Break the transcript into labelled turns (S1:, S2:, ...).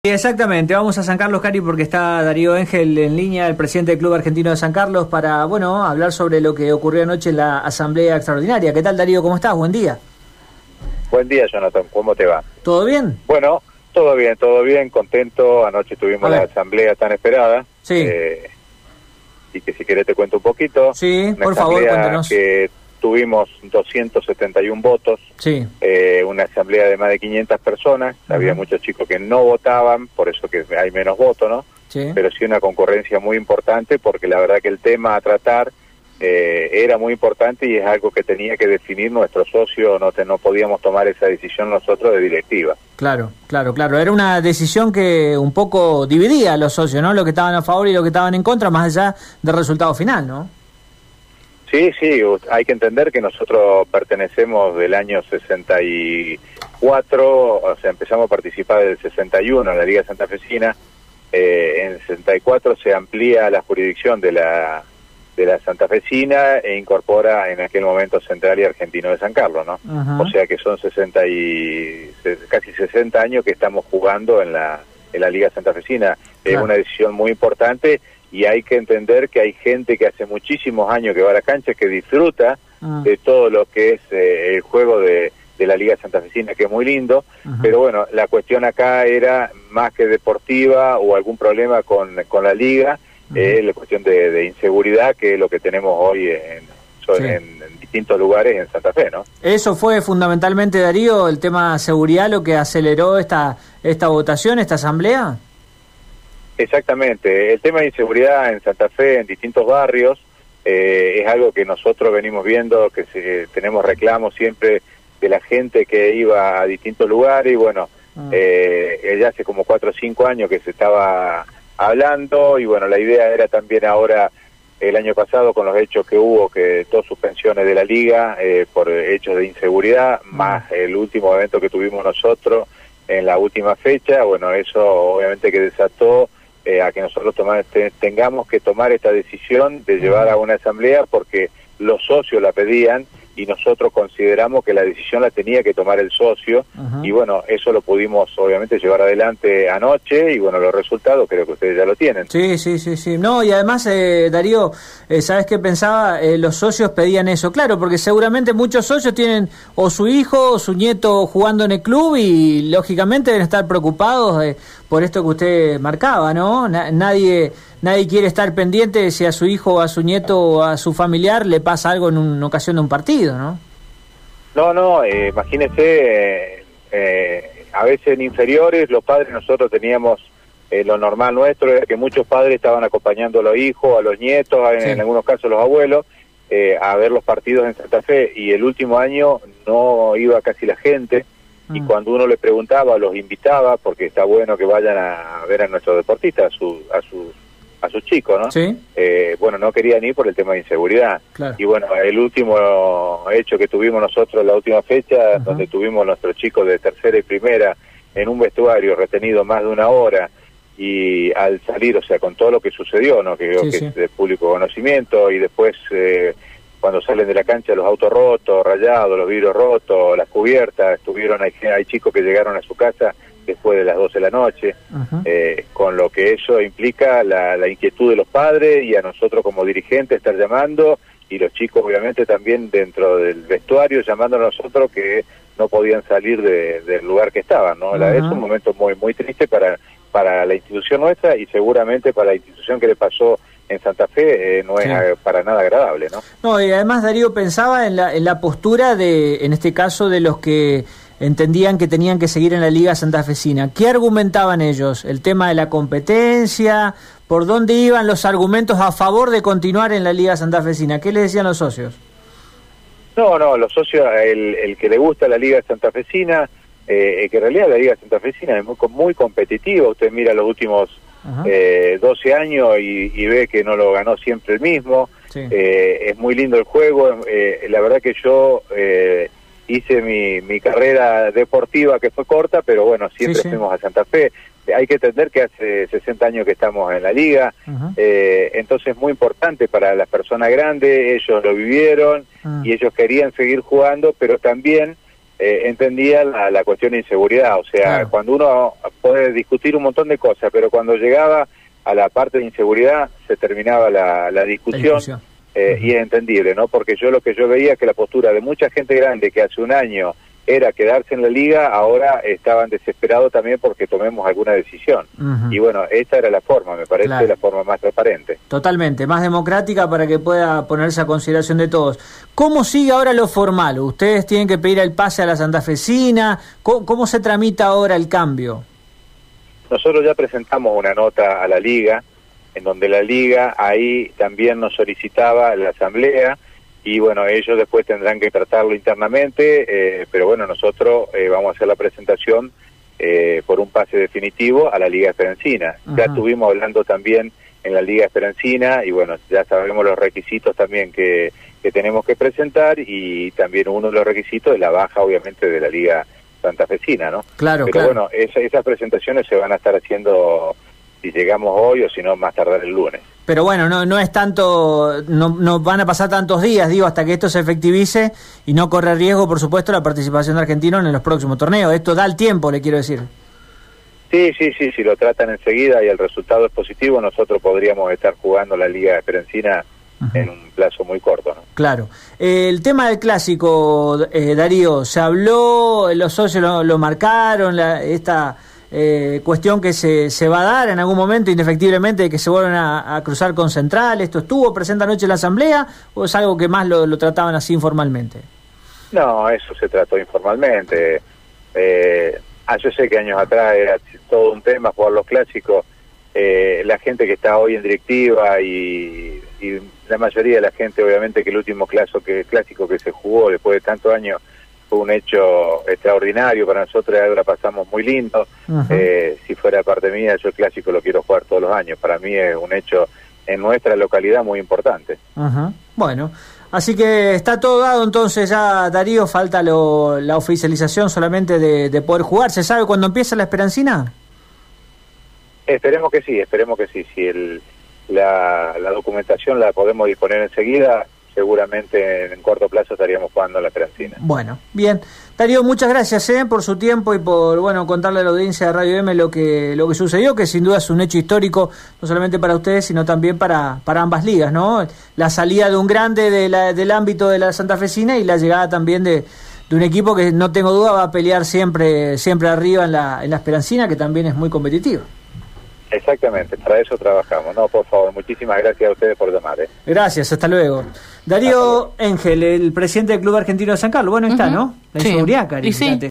S1: Exactamente, vamos a San Carlos, Cari, porque está Darío Engel en línea, el presidente del Club Argentino de San Carlos, para, hablar sobre lo que ocurrió anoche en la Asamblea Extraordinaria. ¿Qué tal, Darío? ¿Cómo estás? Buen día.
S2: Buen día, Jonathan. ¿Cómo te va?
S1: ¿Todo bien?
S2: Bueno, todo bien, contento. Anoche tuvimos la asamblea tan esperada.
S1: Sí.
S2: Y que si querés te cuento un poquito.
S1: Sí, por favor, cuéntanos.
S2: Que tuvimos 271 votos.
S1: Sí.
S2: Una asamblea de más de 500 personas. Había muchos chicos que no votaban, por eso que hay menos votos, ¿no?
S1: Sí.
S2: Pero sí una concurrencia muy importante, porque la verdad que el tema a tratar era muy importante y es algo que tenía que definir nuestro socio. No podíamos tomar esa decisión nosotros de directiva.
S1: Claro. Era una decisión que un poco dividía a los socios, ¿no? Los que estaban a favor y los que estaban en contra, más allá del resultado final, ¿no?
S2: Sí, hay que entender que nosotros pertenecemos del año 64, o sea, empezamos a participar del 61 en la Liga Santafesina. En el 64 se amplía la jurisdicción de la Santafesina e incorpora en aquel momento Central y Argentino de San Carlos, ¿no? O sea que son casi 60 años que estamos jugando en la Liga Santafesina. Es una decisión muy importante. Y hay que entender que hay gente que hace muchísimos años que va a la cancha, que disfruta de todo lo que es el juego de la Liga Santafesina, que es muy lindo. Pero bueno, la cuestión acá era más que deportiva o algún problema con la Liga, la cuestión de inseguridad, que es lo que tenemos hoy en distintos lugares en Santa Fe, ¿no? Eso
S1: fue fundamentalmente, Darío, el tema seguridad, lo que aceleró esta votación, esta asamblea.
S2: Exactamente, el tema de inseguridad en Santa Fe, en distintos barrios, es algo que nosotros venimos viendo, que tenemos reclamos siempre de la gente que iba a distintos lugares, y bueno, ya hace como 4 o 5 años que se estaba hablando, y bueno, la idea era también ahora, el año pasado, con los hechos que hubo, que 2 suspensiones de la Liga por hechos de inseguridad, más el último evento que tuvimos nosotros en la última fecha, bueno, eso obviamente que desató a que nosotros tengamos que tomar esta decisión de llevar a una asamblea, porque los socios la pedían y nosotros consideramos que la decisión la tenía que tomar el socio. Y bueno, eso lo pudimos obviamente llevar adelante anoche, y bueno, los resultados creo que ustedes ya lo tienen.
S1: Sí. No, y además, Darío, ¿sabes qué pensaba? Los socios pedían eso, claro, porque seguramente muchos socios tienen o su hijo o su nieto jugando en el club y lógicamente deben estar preocupados por esto que usted marcaba, ¿no? Nadie quiere estar pendiente de si a su hijo o a su nieto o a su familiar le pasa algo en una ocasión de un partido, ¿no?
S2: No, imagínese, a veces en inferiores los padres, nosotros teníamos, lo normal nuestro era que muchos padres estaban acompañando a los hijos, a los nietos, en algunos casos los abuelos, a ver los partidos en Santa Fe, y el último año no iba casi la gente. Y cuando uno le preguntaba, los invitaba, porque está bueno que vayan a ver a nuestros deportistas, a sus chicos, ¿no? Sí. Bueno, no querían ir por el tema de inseguridad. Claro. Y bueno, el último hecho que tuvimos nosotros, la última fecha, donde tuvimos nuestros chicos de tercera y primera en un vestuario retenido más de 1 hora, y al salir, o sea, con todo lo que sucedió, ¿no? Que creo que es de público conocimiento, y después cuando salen de la cancha, los autos rotos, rayados, los vidrios rotos, las cubiertas, hay chicos que llegaron a su casa después de las 12 de la noche, con lo que eso implica la inquietud de los padres, y a nosotros como dirigentes estar llamando, y los chicos obviamente también dentro del vestuario llamando a nosotros, que no podían salir del lugar que estaban, ¿no? Es un momento muy, muy triste para la institución nuestra, y seguramente para la institución que le pasó en Santa Fe no es para nada agradable, ¿no? No, y además, Darío, pensaba en la postura en este caso, de los que entendían que tenían que seguir en la Liga Santafesina. ¿Qué argumentaban ellos? ¿El tema de la competencia? ¿Por dónde iban los argumentos a favor de continuar en la Liga Santafesina? ¿Qué les decían los socios? No, los socios, el que le gusta la Liga Santafesina, que en realidad la Liga Santafesina es muy competitiva. Usted mira los últimos 12 años y ve que no lo ganó siempre el mismo. Es muy lindo el juego. La verdad que yo hice mi carrera deportiva, que fue corta, pero bueno, siempre fuimos a Santa Fe. Hay que entender que hace 60 años que estamos en la Liga, entonces es muy importante para las personas grandes. Ellos lo vivieron y ellos querían seguir jugando, pero también entendía la cuestión de inseguridad. O sea,
S1: claro,
S2: cuando uno puede discutir un montón de cosas, pero cuando llegaba a la parte de inseguridad se terminaba la discusión. Y es entendible, ¿no? Porque lo que yo veía que la postura de mucha gente grande que hace un año era quedarse en la liga, ahora estaban desesperados también porque tomemos alguna decisión. Y bueno, esta era la forma, me parece, claro, la forma más transparente.
S1: Totalmente, más democrática para que pueda ponerse a consideración de todos. ¿Cómo sigue ahora lo formal? ¿Ustedes tienen que pedir el pase a la santafesina? ¿Cómo se tramita ahora el cambio?
S2: Nosotros ya presentamos una nota a la liga, en donde la liga ahí también nos solicitaba la asamblea, y bueno, ellos después tendrán que tratarlo internamente, pero bueno, nosotros vamos a hacer la presentación por un pase definitivo a la Liga Esperancina. Ya estuvimos hablando también en la Liga Esperancina, y bueno, ya sabemos los requisitos también que tenemos que presentar, y también uno de los requisitos es la baja, obviamente, de la Liga santafesina, ¿no?
S1: Claro,
S2: pero
S1: claro.
S2: Bueno, esas presentaciones se van a estar haciendo, si llegamos hoy o si no, más tardar el lunes.
S1: Pero bueno, no es tanto, no van a pasar tantos días, digo, hasta que esto se efectivice y no corre riesgo, por supuesto, la participación de Argentinos en los próximos torneos. Esto da el tiempo, le quiero decir. Sí,
S2: si lo tratan enseguida y el resultado es positivo, nosotros podríamos estar jugando la Liga Esperancina en un plazo muy corto, ¿no?
S1: Claro. El tema del clásico, Darío, se habló, los socios lo marcaron, esta cuestión que se va a dar en algún momento, indefectiblemente, de que se vuelvan a cruzar con Central. ¿Esto estuvo presente anoche en la asamblea o es algo que más lo trataban así informalmente?
S2: No, eso se trató informalmente. Yo sé que años atrás era todo un tema jugar los clásicos. La gente que está hoy en directiva y la mayoría de la gente, obviamente, que el último clásico que se jugó después de tantos años fue un hecho extraordinario para nosotros, ahora la pasamos muy lindo. Si fuera parte mía, yo el clásico lo quiero jugar todos los años. Para mí es un hecho en nuestra localidad muy importante.
S1: Bueno, así que está todo dado entonces ya, Darío, falta la oficialización solamente de poder jugar. ¿Se sabe cuándo empieza la Esperancina?
S2: Esperemos que sí. Si la documentación la podemos disponer enseguida, seguramente en corto plazo estaríamos jugando a la Esperancina.
S1: Bueno, bien. Darío, muchas gracias por su tiempo y por contarle a la audiencia de Radio M lo que sucedió, que sin duda es un hecho histórico, no solamente para ustedes, sino también para ambas ligas, ¿no? La salida de un grande del ámbito de la santafesina y la llegada también de un equipo que no tengo duda va a pelear siempre arriba en la Esperancina, que también es muy competitiva.
S2: Exactamente, para eso trabajamos. No, por favor, muchísimas gracias a ustedes por llamar.
S1: Gracias, hasta luego. Darío Engel, el presidente del Club Argentino de San Carlos. Bueno, ahí está, ¿no? La inseguridad, Cari.